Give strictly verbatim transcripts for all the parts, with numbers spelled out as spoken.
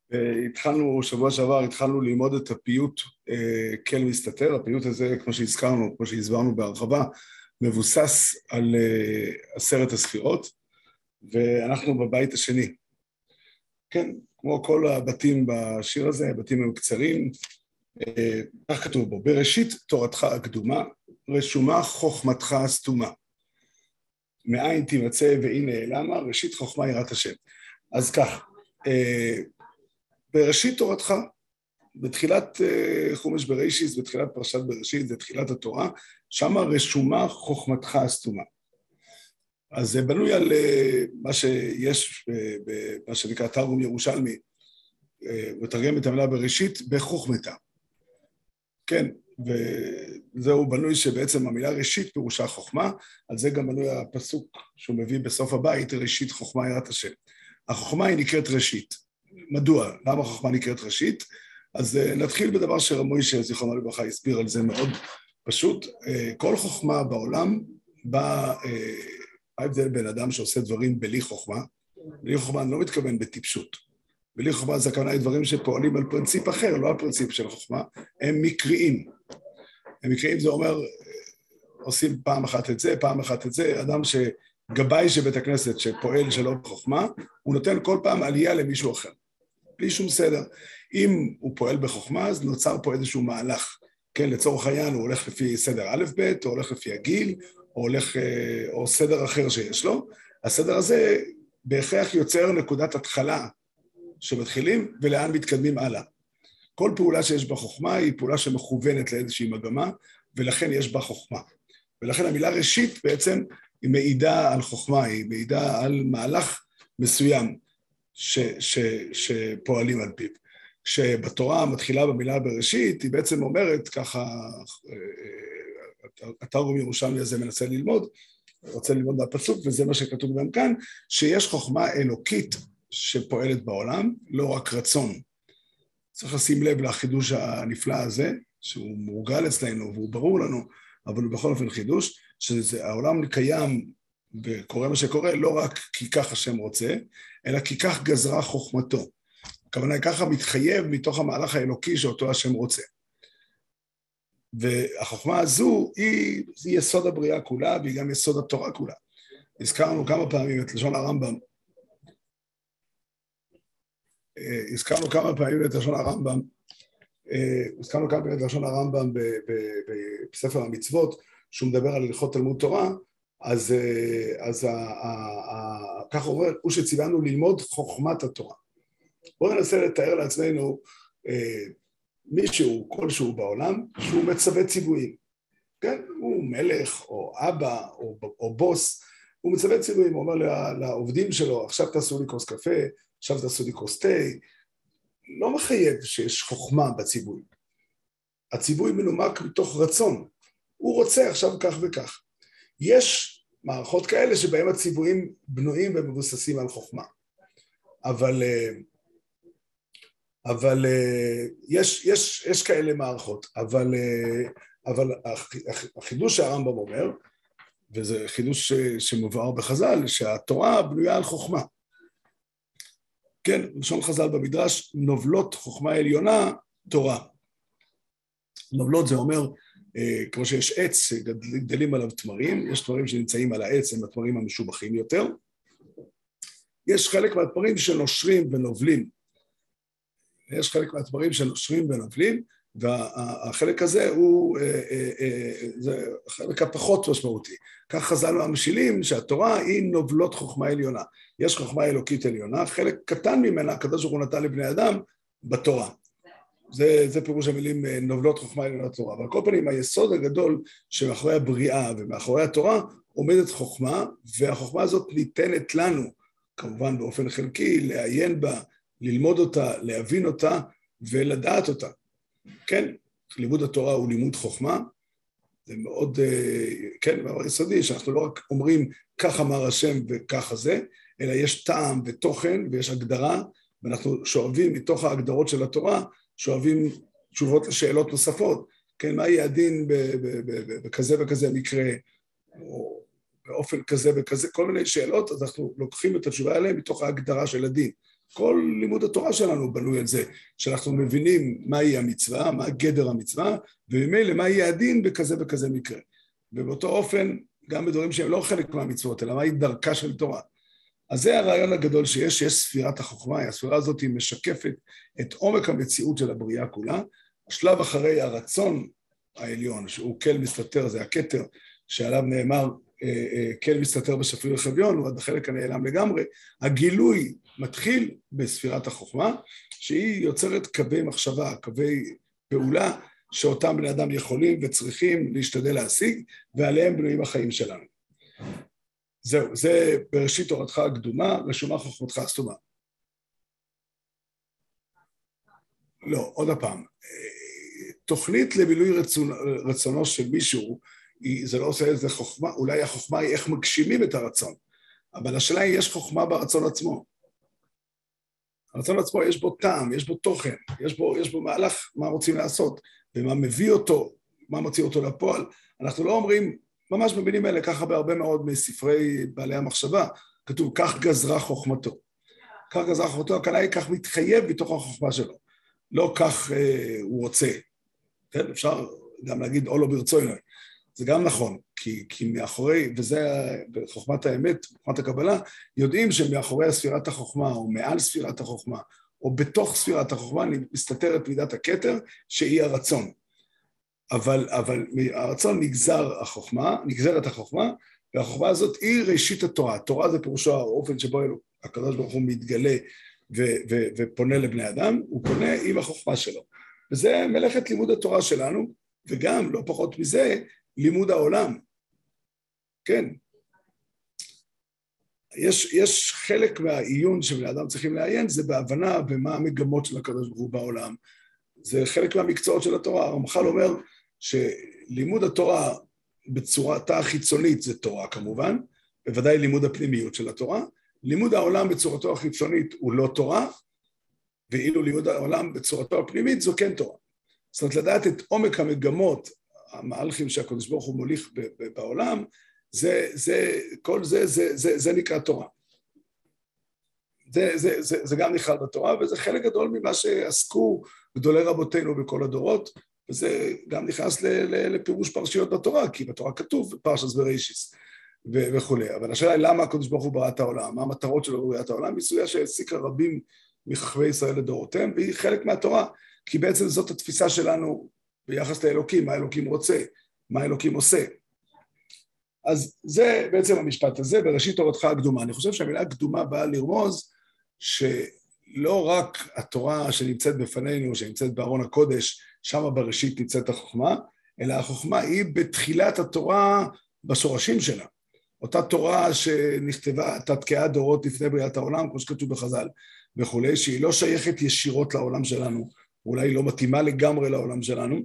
התחלנו, שבוע שעבר התחלנו ללמוד את הפיוט כל מסתתר. הפיוט הזה, כמו שהזכרנו, כמו שהסברנו בהרחבה, מבוסס על עשרת הספירות, ואנחנו בבית השני. כן, כמו כל הבתים בשיר הזה, הבתים הם קצרים, כך כתוב בו, בראשית תורתך הקדומה, רשומה חוכמתך הסתומה. מאין תימצא והיא נעלמה, ראשית חוכמה יראת השם. אז כך, בראשית תורתך, בתחילת חומש בראשית, בתחילת פרשת בראשית, זה תחילת התורה, שמה רשומה חוכמתך הסתומה. אז זה בנוי על מה שיש, מה שנקרא תרגום ירושלמי, ותרגם את המילה בראשית בחוכמתה. כן, וזהו בנוי שבעצם המילה ראשית פירושה חוכמה, על זה גם בנוי הפסוק שהוא מביא בסוף הבית, ראשית חוכמה יראת השם. החוכמה היא נקראת ראשית. מדוע? למה חוכמה נקראת ראשית? אז נתחיל בדבר שרמוישה זיכרונו לברכה הסביר על זה מאוד פשוט. כל חוכמה בעולם בא, ההבדל בין אדם שעושה דברים בלי חוכמה, בלי חוכמה אני לא מתכוון בטיפשות. בלי חוכמה זה הכוונה דברים שפועלים על פרינציפ אחר, לא על פרינציפ של חוכמה, הם מקריים. הם מקריים זה אומר, עושים פעם אחת את זה, פעם אחת את זה, אדם שגבאי של בית הכנסת שפועל שלא בחוכמה, הוא נותן כל פעם עלייה למישהו אחר. בלי שום סדר. אם הוא פועל בחוכמה, אז נוצר פה איזשהו מהלך. כן, לצורך העניין הוא הולך לפי סדר א' ב', או הולך לפי הגיל, או הולך, או סדר אחר שיש לו. הסדר הזה בהכרח יוצר נקודת התחלה שמתחילים ולאן מתקדמים הלאה. כל פעולה שיש בה חוכמה היא פעולה שמכוונת לאיזושהי מגמה, ולכן יש בה חוכמה. ולכן המילה ראשית בעצם היא מעידה על חוכמה, היא מעידה על מהלך מסוים ש, ש, שפועלים על פיו. כשבתורה מתחילה במילה בראשית, היא בעצם אומרת ככה, התרגום ירושלמי הזה מנסה ללמוד, רוצה ללמוד מהפסוק, וזה מה שכתוב גם כאן, שיש חוכמה אלוקית שפועלת בעולם, לא רק רצון. צריך לשים לב לחידוש הנפלא הזה, שהוא מורגל אצלנו והוא ברור לנו, אבל הוא בכל אופן חידוש, שהעולם קיים וקורה מה שקורה, לא רק כי כך השם רוצה, אלא כי כך גזרה חוכמתו. הכוונה היא ככה מתחייב מתוך המהלך האלוקי שאותו השם רוצה. והחוכמה הזו היא, היא יסוד הבריאה כולה, והיא גם יסוד התורה כולה. הזכרנו כמה פעמים את לשון הרמב"ם, הזכרנו כמה פעמים את לשון הרמב"ם, הזכרנו כמה פעמים את לשון הרמב"ם בספר המצוות, שהוא מדבר על הלכות תלמוד תורה, אז, אז כך אומר, הוא שציוונו ללמוד חוכמת התורה. בואו ננסה לתאר לעצמנו מישהו, כלשהו בעולם, שהוא מצווה ציוויים. כן? הוא מלך או אבא או, או בוס, הוא מצווה ציוויים, הוא אומר לעובדים שלו, עכשיו תעשו לי כוס קפה, עכשיו תעשו לי כוס תה, לא מחייב שיש חוכמה בציווי. הציווי מנומק מתוך רצון, הוא רוצה עכשיו כך וכך. יש מערכות כאלה שבהם הציוויים בנויים ומבוססים על חוכמה. אבל, אבל יש, יש, יש כאלה מערכות, אבל, אבל החידוש שהרמב"ם אומר, וזה חידוש שמובהר בחז"ל, שהתורה בנויה על חוכמה. כן, לשון חז"ל במדרש, נובלות חוכמה עליונה, תורה. נובלות זה אומר, אה, כמו שיש עץ שגדלים עליו תמרים, יש תמרים שנמצאים על העץ, הם התמרים המשובחים יותר. יש חלק מהתמרים שנושרים ונובלים. יש חלק מהתמרים שנושרים ונובלים, והחלק הזה הוא אה, אה, אה, זה החלק הפחות משמעותי. כך חז"ל ממשילים שהתורה היא נובלות חוכמה עליונה. יש חוכמה אלוקית עליונה, חלק קטן ממנה, הקדוש ברוך הוא נתן לבני אדם, בתורה. זה, זה פירוש המילים נובלות חוכמה עליונה תורה. אבל על כל פנים, היסוד הגדול שמאחורי הבריאה ומאחורי התורה, עומדת חוכמה, והחוכמה הזאת ניתנת לנו, כמובן באופן חלקי, לעיין בה, ללמוד אותה, להבין אותה ולדעת אותה. כן, לימוד התורה הוא לימוד חוכמה, זה מאוד, כן, מאוד יסודי, שאנחנו לא רק אומרים כך אמר השם וככה זה, אלא יש טעם ותוכן ויש הגדרה, ואנחנו שואבים מתוך ההגדרות של התורה, שואבים תשובות לשאלות נוספות, כן, מה יהיה הדין בכזה וכזה מקרה, או באופן כזה וכזה, כל מיני שאלות, אז אנחנו לוקחים את התשובה עליהן מתוך ההגדרה של הדין. כל לימוד התורה שלנו בנוי על זה, שאנחנו מבינים מהי המצווה, מה גדר המצווה, וממילא מה יהיה הדין בכזה וכזה מקרה. ובאותו אופן, גם בדברים שהם לא חלק מהמצוות, אלא מהי דרכה של תורה. אז זה הרעיון הגדול שיש, שיש ספירת החוכמה, הספירה הזאת היא משקפת את עומק המציאות של הבריאה כולה, השלב אחרי הרצון העליון, שהוא כל מסתתר, זה הכתר, שעליו נאמר, כל מסתתר בשפיר וחביון, הוא עד החלק הנעלם לגמרי, הגילוי מתחיל בספירת החוכמה, שהיא יוצרת קווי מחשבה, קווי פעולה, שאותם בני אדם יכולים וצריכים להשתדל להשיג, ועליהם בנויים החיים שלנו. זהו, זה בראשית תורתך הקדומה, רשומה חוכמתך הסתומה. לא, עוד הפעם, תוכנית למילוי רצון, רצונו של מישהו, זה לא עושה איזה חוכמה, אולי החוכמה היא איך מגשימים את הרצון, אבל השאלה היא, יש חוכמה ברצון עצמו. הרצון עצמו יש בו טעם, יש בו תוכן, יש בו, יש בו מהלך מה רוצים לעשות, ומה מביא אותו, מה מוציא אותו לפועל. אנחנו לא אומרים, ממש במילים האלה, ככה בהרבה מאוד מספרי בעלי המחשבה, כתוב, כך גזרה חוכמתו. כך גזרה חוכמתו, הכוונה היא כך מתחייב בתוך החוכמה שלו. לא כך אה, הוא רוצה. כן, אפשר גם להגיד, או לא ברצונו. זה גם נכון, כי, כי מאחורי, וזה בחוכמת האמת, בחוכמת הקבלה, יודעים שמאחורי ספירת החוכמה, או מעל ספירת החוכמה, או בתוך ספירת החוכמה, מסתתרת מידת הכתר, שהיא הרצון. אבל, אבל הרצון נגזר החוכמה, נגזרת החוכמה, והחוכמה הזאת היא ראשית התורה. התורה זה פירושו האופן שבו הקדוש ברוך הוא מתגלה ו, ו, ופונה לבני אדם, הוא פונה עם החוכמה שלו. וזה מלאכת לימוד התורה שלנו, וגם, לא פחות מזה, לימוד העולם. כן. יש, יש חלק מהעיון שבני אדם צריכים לעיין, זה בהבנה במה המגמות של הקדוש ברוך הוא בעולם. זה חלק מהמקצועות של התורה. הרמח"ל אומר שלימוד התורה בצורתה החיצונית זה תורה כמובן, בוודאי לימוד הפנימיות של התורה, לימוד העולם בצורתו החיצונית הוא לא תורה, ואילו לימוד העולם בצורתו הפנימית זו כן תורה. זאת אומרת, לדעת את עומק המגמות, המהלכים שהקדוש ברוך הוא מוליך בעולם, זה, זה, כל זה, זה, זה, זה נקרא תורה. זה, זה, זה, זה גם נכלל בתורה, וזה חלק גדול ממה שעסקו גדולי רבותינו בכל הדורות, וזה גם נכנס לפירוש פרשיות בתורה, כי בתורה כתוב פרשת בראשיס וכו'. אבל השאלה היא למה הקדוש ברוך הוא ברא את העולם, מה המטרות שלו בבריאת העולם, היא סוגיה שהעסיקה רבים מחכמי ישראל לדורותיהם, והיא חלק מהתורה, כי בעצם זאת התפיסה שלנו ביחס לאלוקים, מה אלוקים רוצה, מה אלוקים עושה. אז זה בעצם המשפט הזה, בראשית תורתך הקדומה. אני חושב שהמילה הקדומה באה לרמוז שלא רק התורה שנמצאת בפנינו, שנמצאת בארון הקודש, שמה בראשית נמצאת החוכמה, אלא החוכמה היא בתחילת התורה בשורשים שלה. אותה תורה שנכתבה, תתקעה דורות לפני בריאת העולם, כמו שכתוב בחז"ל וכולי, שהיא לא שייכת ישירות לעולם שלנו, אולי לא מתאימה לגמרי לעולם שלנו,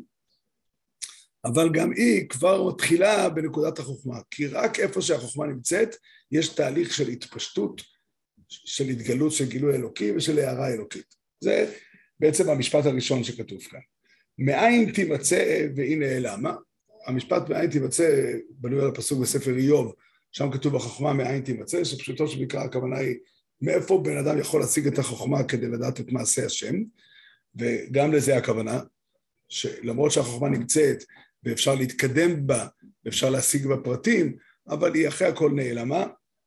אבל גם היא כבר מתחילה בנקודת החוכמה, כי רק איפה שהחוכמה נמצאת, יש תהליך של התפשטות, של התגלות, של גילוי אלוקי ושל הערה אלוקית. זה בעצם המשפט הראשון שכתוב כאן. מאין תימצא והיא נעלמה, המשפט מאין תימצא בנוי על הפסוק בספר איוב, שם כתוב החוכמה מאין תימצא, שפשוטו שבעיקר הכוונה היא מאיפה בן אדם יכול להשיג את החוכמה כדי לדעת את מעשה השם, וגם לזה הכוונה, שלמרות שהחוכמה נמצאת ואפשר להתקדם בה, ואפשר להשיג בה פרטים, אבל היא אחרי הכל נעלמה,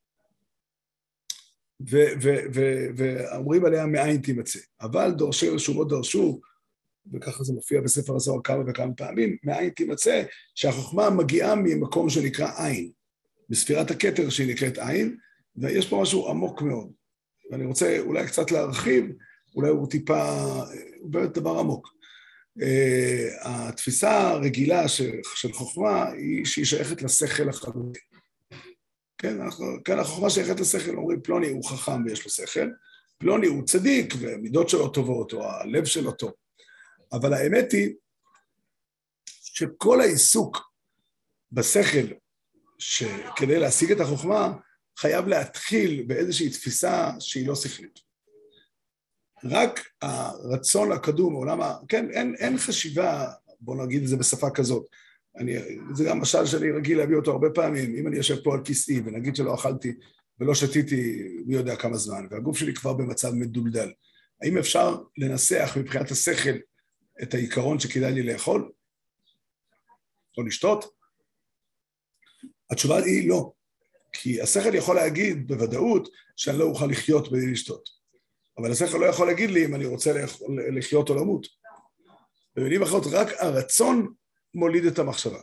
ואומרים עליה מאין תימצא. אבל דורשי רשומות דרשו, וככה זה מופיע בספר הזוהר כמה וכמה פעמים, מאין תימצא, שהחוכמה מגיעה ממקום שנקרא עין, בספירת הכתר שהיא נקראת עין, ויש פה משהו עמוק מאוד. ואני רוצה אולי קצת להרחיב, אולי הוא טיפה, הוא באמת דבר עמוק. Uh, התפיסה הרגילה של, של חוכמה היא שהיא שייכת לשכל החלוטין. כן, אנחנו, כן, החוכמה שייכת לשכל, אומרים פלוני הוא חכם ויש לו שכל, פלוני הוא צדיק ומידות שלו טובות או הלב שלו טוב. אבל האמת היא שכל העיסוק בשכל שכדי להשיג את החוכמה חייב להתחיל באיזושהי תפיסה שהיא לא שכלית. רק הרצון הקדום, עולם, כן, אין, אין חשיבה, בוא נגיד את זה בשפה כזאת, אני, זה גם משל שאני רגיל להביא אותו הרבה פעמים, אם אני יושב פה על כיסאי ונגיד שלא אכלתי ולא שתיתי מי יודע כמה זמן, והגוף שלי כבר במצב מדולדל. האם אפשר לנסח מבחינת השכל את העיקרון שכדאי לי לאכול? או לשתות? התשובה היא לא. כי השכל יכול להגיד בוודאות שאני לא אוכל לחיות בלי לשתות. אבל השכל לא יכול להגיד לי אם אני רוצה לחיות או למות. במילים אחרות, רק הרצון מוליד את המחשבה.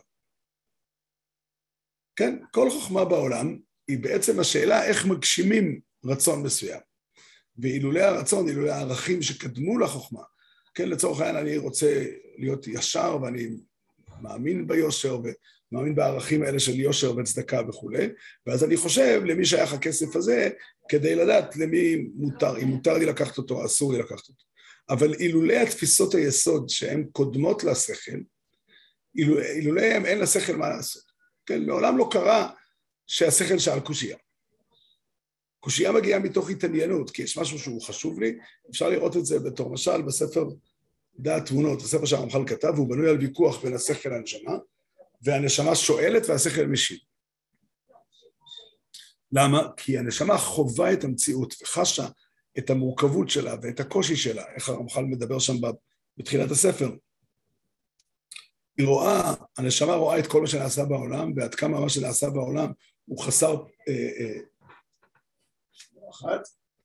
כן? כל חוכמה בעולם היא בעצם השאלה איך מגשימים רצון מסוים. ואילולי הרצון, אילולי הערכים שקדמו לחוכמה. כן, לצורך העניין אני רוצה להיות ישר ואני מאמין ביושר ומאמין בערכים האלה של יושר וצדקה וכו'. ואז אני חושב למי שייך הכסף הזה כדי לדעת למי מותר, אם מותר לי לקחת אותו, אסור לי לקחת אותו. אבל אילולי התפיסות היסוד שהן קודמות לשכל, אילולי הם אין לשכל מה לעשות. כן, מעולם לא קרה שהשכל שאל קושייה. קושייה מגיעה מתוך התעניינות, כי יש משהו שהוא חשוב לי, אפשר לראות את זה בתור משל בספר דעת תמונות, הספר שהרמח"ל כתב, והוא בנוי על ויכוח בין השכל לנשמה, והנשמה שואלת והשכל משיב. למה? כי הנשמה חובה את המציאות וחשה את המורכבות שלה ואת הקושי שלה, איך הרמח"ל מדבר שם בתחילת הספר. היא רואה, הנשמה רואה את כל מה שנעשה בעולם, ועד כמה מה שנעשה בעולם הוא חסר אה, אה, אחת.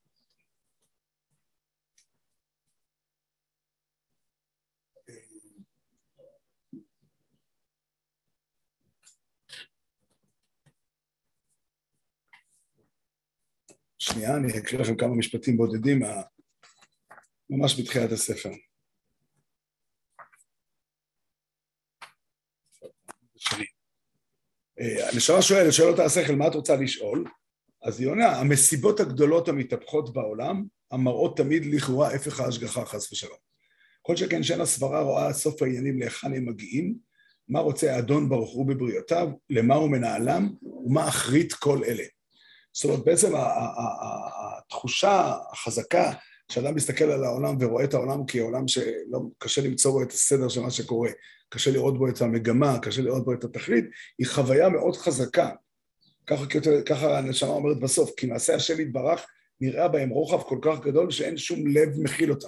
שנייה, אני אקריא לכם כמה משפטים בודדים, ממש בתחילת הספר. הנשמה שואלת, שואל אותה השכל, מה את רוצה לשאול? אז היא עונה, המסיבות הגדולות המתהפכות בעולם, המראות תמיד לכאורה הפך ההשגחה חס ושלום. כל שכן שאין הסברה רואה סוף העניינים להיכן הם מגיעים, מה רוצה האדון ברוך הוא בבריאותיו, למה הוא מנהלם, ומה אחרית כל אלה. זאת אומרת, בעצם התחושה החזקה, שאדם מסתכל על העולם ורואה את העולם כעולם שקשה למצוא בו את הסדר של מה שקורה, קשה לראות בו את המגמה, קשה לראות בו את התכלית, היא חוויה מאוד חזקה. ככה, ככה הנשמה אומרת בסוף, כי מעשה השם יתברך נראה בהם רוחב כל כך גדול שאין שום לב מכיל אותם.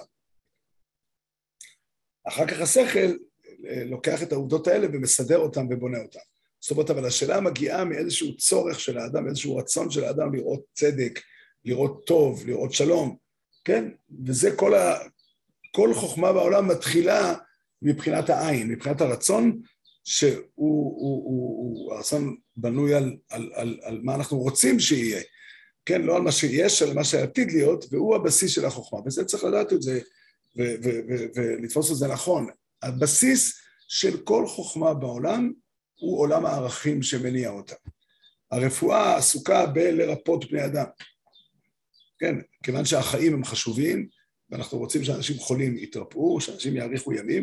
אחר כך השכל לוקח את העובדות האלה ומסדר אותם ובונה אותם. זאת אומרת, אבל השאלה מגיעה מאיזשהו צורך של האדם, איזשהו רצון של האדם לראות צדק, לראות טוב, לראות שלום, כן? וזה כל, ה... כל חוכמה בעולם מתחילה מבחינת העין, מבחינת הרצון, שהוא הוא, הוא, הוא, הרצון בנוי על, על, על, על מה אנחנו רוצים שיהיה, כן? לא על מה שיש, על מה שעתיד להיות, והוא הבסיס של החוכמה, וזה צריך לדעת את זה, ו- ו- ו- ולתפוס את זה נכון. הבסיס של כל חוכמה בעולם, הוא עולם הערכים שמניע אותה. הרפואה עסוקה בלרפות בני אדם. כן, כיוון שהחיים הם חשובים, ואנחנו רוצים שאנשים חולים יתרפאו, שאנשים יאריכו ימים,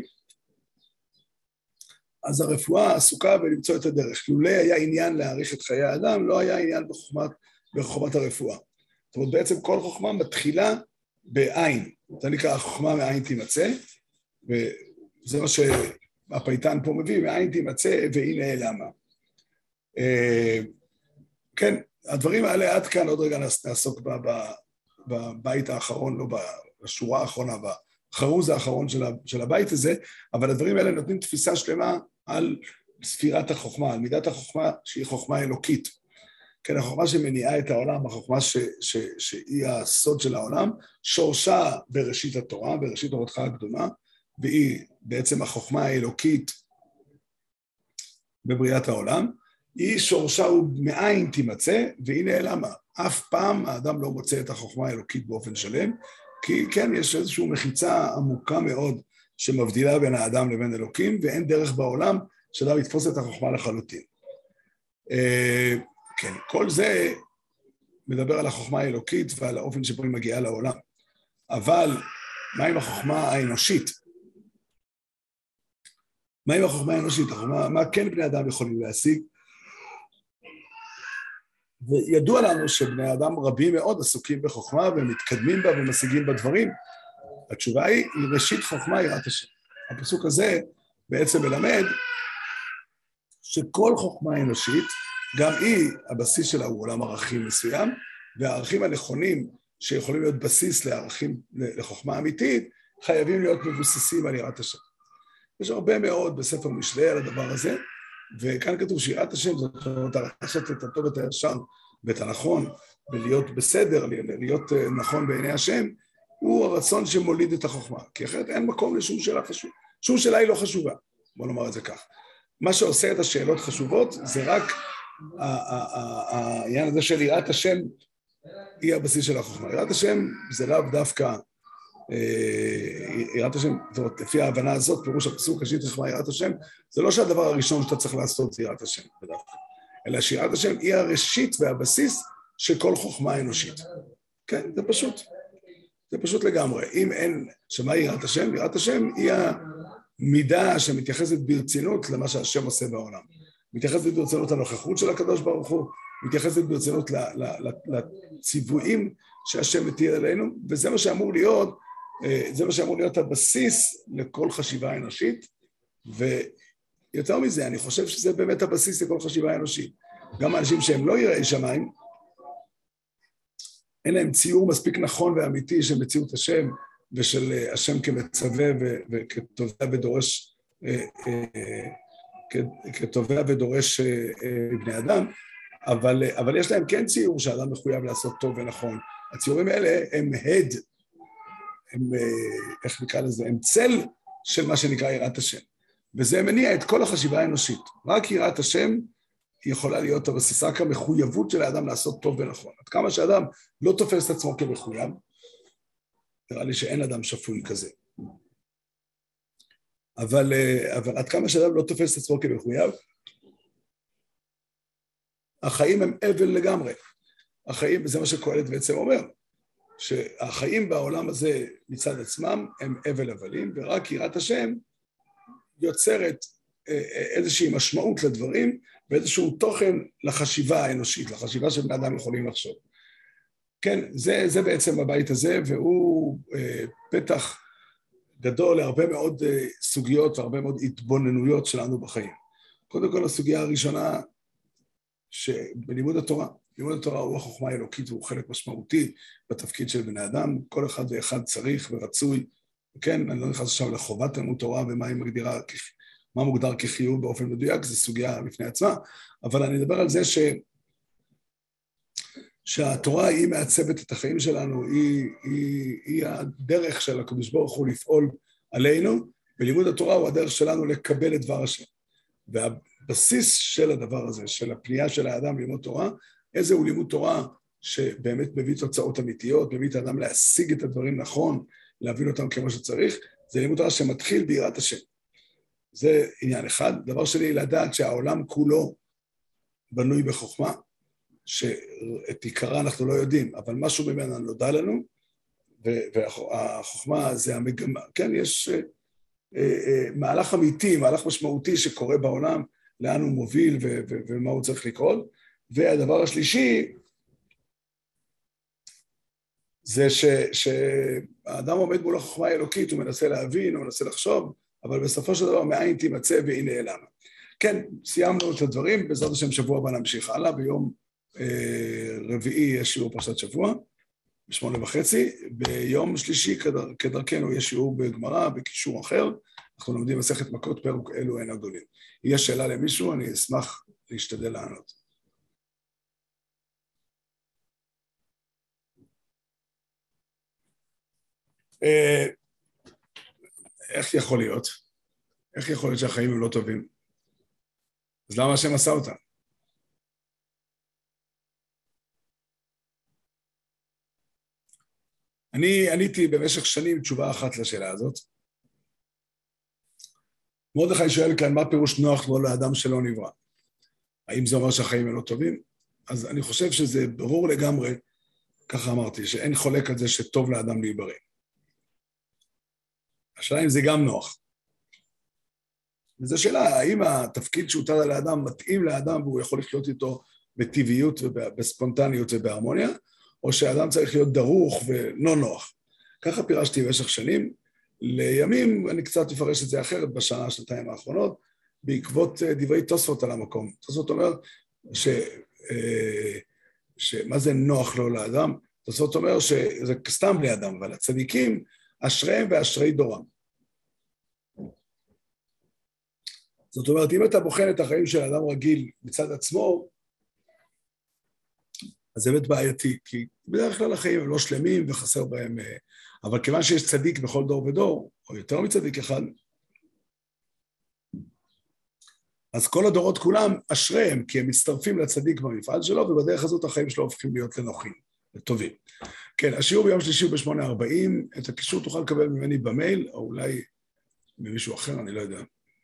אז הרפואה עסוקה בלמצוא את הדרך. לולא היה עניין להאריך את חיי האדם, לא היה עניין בחוכמת, בחוכמת הרפואה. זאת אומרת, בעצם כל חוכמה מתחילה בעין. זה נקרא, החוכמה מעין תימצא, וזה מה שהפייטן פה מביא, מעין תימצא והיא נעלמה. כן, הדברים האלה עד כאן, עוד רגע נעסוק בבית האחרון, לא בשורה האחרונה, בחרוז האחרון של הבית הזה, אבל הדברים האלה נותנים תפיסה שלמה על ספירת החוכמה, על מידת החוכמה שהיא חוכמה אלוקית. כן, החוכמה שמניעה את העולם, החוכמה ש, ש, שהיא הסוד של העולם, שורשה בראשית התורה, בראשית תורתך הקדומה, והיא בעצם החוכמה האלוקית בבריאת העולם, היא שורשה ומאין תימצא, והיא נעלמה. אף פעם האדם לא מוצא את החוכמה האלוקית באופן שלם, כי כן, יש איזושהי מחיצה עמוקה מאוד שמבדילה בין האדם לבין אלוקים, ואין דרך בעולם שאדם יתפוס את החוכמה לחלוטין. כן, כל זה מדבר על החוכמה האלוקית ועל האופן שבו היא מגיעה לעולם. אבל מה עם החוכמה האנושית? מה עם החוכמה האנושית? החוכמה, מה כן בני אדם יכולים להשיג? וידוע לנו שבני אדם רבים מאוד עסוקים בחוכמה ומתקדמים בה ומשיגים בדברים. התשובה היא, ראשית חוכמה יראת השם. הפסוק הזה בעצם מלמד שכל חוכמה אנושית, גם היא, הבסיס שלה הוא עולם ערכים מסוים, והערכים הנכונים שיכולים להיות בסיס לערכים, לחוכמה אמיתית, חייבים להיות מבוססים על יראת השם. יש הרבה מאוד בספר משלי על הדבר הזה, וכאן כתוב שיראת השם זאת אומרת, לעשות את הטוב ואת הישר ואת הנכון, ולהיות בסדר, להיות נכון בעיני השם, הוא הרצון שמוליד את החוכמה, כי אחרת אין מקום לשום שאלה חשובה. שום שאלה היא לא חשובה, בוא נאמר את זה כך. מה שעושה את השאלות חשובות, זה רק העניין הזה של יראת השם, היא הבסיס של החוכמה. יראת השם זה לאו דווקא, יראת השם, זאת אומרת, לפי ההבנה הזאת, פירוש הפסוק, השית לשמה יראת השם, זה לא שהדבר הראשון שאתה צריך לעשות זה יראת השם, בדווקא, אלא שיראת השם היא הראשית והבסיס של כל חוכמה אנושית. כן, זה פשוט. זה פשוט לגמרי. אם אין, שמה יראת השם? יראת השם היא המידה שמתייחסת ברצינות למה שהשם עושה בעולם. מתייחסת ברצינות לנוכחות של הקדוש ברוך הוא, מתייחסת ברצינות לציוויים שהשם מטיל עלינו, וזה מה שאמור להיות, זה מה שאמור להיות הבסיס לכל חשיבה אנושית, ויותר מזה, אני חושב שזה באמת הבסיס לכל חשיבה אנושית. גם האנשים שהם לא יראי שמיים, אין להם ציור מספיק נכון ואמיתי של מציאות השם, ושל השם כמצווה וכתובע ודורש, כתובע ודורש בני אדם, אבל, אבל יש להם כן ציור שהאדם מחויב לעשות טוב ונכון. הציורים האלה הם הד, הם, איך נקרא לזה, הם צל של מה שנקרא יראת השם. וזה מניע את כל החשיבה האנושית. רק יראת השם יכולה להיות הבסיס, רק המחויבות של האדם לעשות טוב ונכון. עד כמה שאדם לא תופס את עצמו כמחויב, נראה לי שאין אדם שפוי כזה. אבל, אבל עד כמה שאדם לא תופס את עצמו כמחויב, החיים הם אבל לגמרי. החיים, זה מה שקהלת בעצם אומר, שהחיים בעולם הזה מצד עצמם הם אבל הבלים, ורק יראת השם יוצרת איזושהי משמעות לדברים, ואיזשהו תוכן לחשיבה האנושית, לחשיבה שבני אדם יכולים לחשוב. כן, זה, זה בעצם הבית הזה, והוא אה, פתח גדול להרבה מאוד אה, סוגיות והרבה מאוד התבוננויות שלנו בחיים. קודם כל, הסוגיה הראשונה, שבלימוד התורה, לימוד התורה הוא החוכמה האלוקית, והוא חלק משמעותי בתפקיד של בני אדם, כל אחד ואחד צריך ורצוי, כן, אני לא נכנס עכשיו לחובת לימוד תורה ומה היא מגדירה, מה מוגדר כחיוב באופן מדויק, זו סוגיה בפני עצמה, אבל אני אדבר על זה ש... שהתורה היא מעצבת את החיים שלנו, היא, היא, היא הדרך של הקדוש ברוך הוא לפעול עלינו, ולימוד התורה הוא הדרך שלנו לקבל את דבר השם. והבסיס של הדבר הזה, של הפנייה של האדם ללמוד תורה, איזה הוא לימוד תורה שבאמת מביא תוצאות אמיתיות, מביא את האדם להשיג את הדברים נכון, להבין אותם כמו שצריך, זה לימוד תורה שמתחיל ביראת השם. זה עניין אחד. דבר שני, לדעת שהעולם כולו בנוי בחוכמה, שאת עיקרה אנחנו לא יודעים, אבל משהו ממנה נודע לנו, והחוכמה זה המגמה, כן, יש מהלך אמיתי, מהלך משמעותי שקורה בעולם, לאן הוא מוביל ומה הוא צריך לקרות, והדבר השלישי, זה שהאדם עומד מול החוכמה האלוקית, הוא מנסה להבין, הוא מנסה לחשוב, אבל בסופו של דבר מאין תימצא והיא נעלמה. כן, סיימנו את הדברים, בעזרת השם שבוע הבא נמשיך הלאה, ביום רביעי יש שיעור פרשת שבוע, בשמונה וחצי, ביום שלישי כדרכנו יש שיעור בגמרא, בקישור אחר, אנחנו לומדים מסכת מכות פרק אלו הן הגדולים. יש שאלה למישהו, אני אשמח להשתדל לענות. איך יכול להיות? איך יכול להיות שהחיים הם לא טובים? אז למה השם עשה אותם? אני עניתי במשך שנים תשובה אחת לשאלה הזאת. מרדכי שואל כאן, מה פירוש נוח לו לאדם שלא נברא? האם זה אומר שהחיים הם לא טובים? אז אני חושב שזה ברור לגמרי, ככה אמרתי, שאין חולק על זה שטוב לאדם להיברא. השאלה אם זה גם נוח. וזו שאלה, האם התפקיד שהוטל על האדם מתאים לאדם והוא יכול לחיות איתו בטבעיות ובספונטניות ובהרמוניה, או שהאדם צריך להיות דרוך ולא נוח. ככה פירשתי במשך שנים. לימים אני קצת אפרש את זה אחרת בשנה, שנתיים האחרונות, בעקבות דברי תוספות על המקום. תוספות אומר שמה זה נוח לו לאדם? זאת אומרת שזה סתם בני אדם, אבל הצדיקים, אשריהם ואשרי דורם. זאת אומרת, אם אתה בוחן את החיים של אדם רגיל מצד עצמו, אז זה באמת בעייתי, כי בדרך כלל החיים הם לא שלמים וחסר בהם, אבל כיוון שיש צדיק בכל דור ודור, או יותר מצדיק אחד, אז כל הדורות כולם אשריהם, כי הם מצטרפים לצדיק במפעל שלו, ובדרך הזאת החיים שלו הופכים להיות לנוחים, לטובים. כן, השיעור ביום שלישי ב-שמונה ארבעים, את הקישור תוכל לקבל ממני במייל, או אולי ממישהו אחר, אני לא יודע.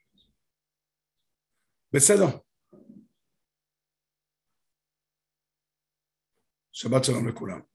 בסדר. שבת שלום לכולם.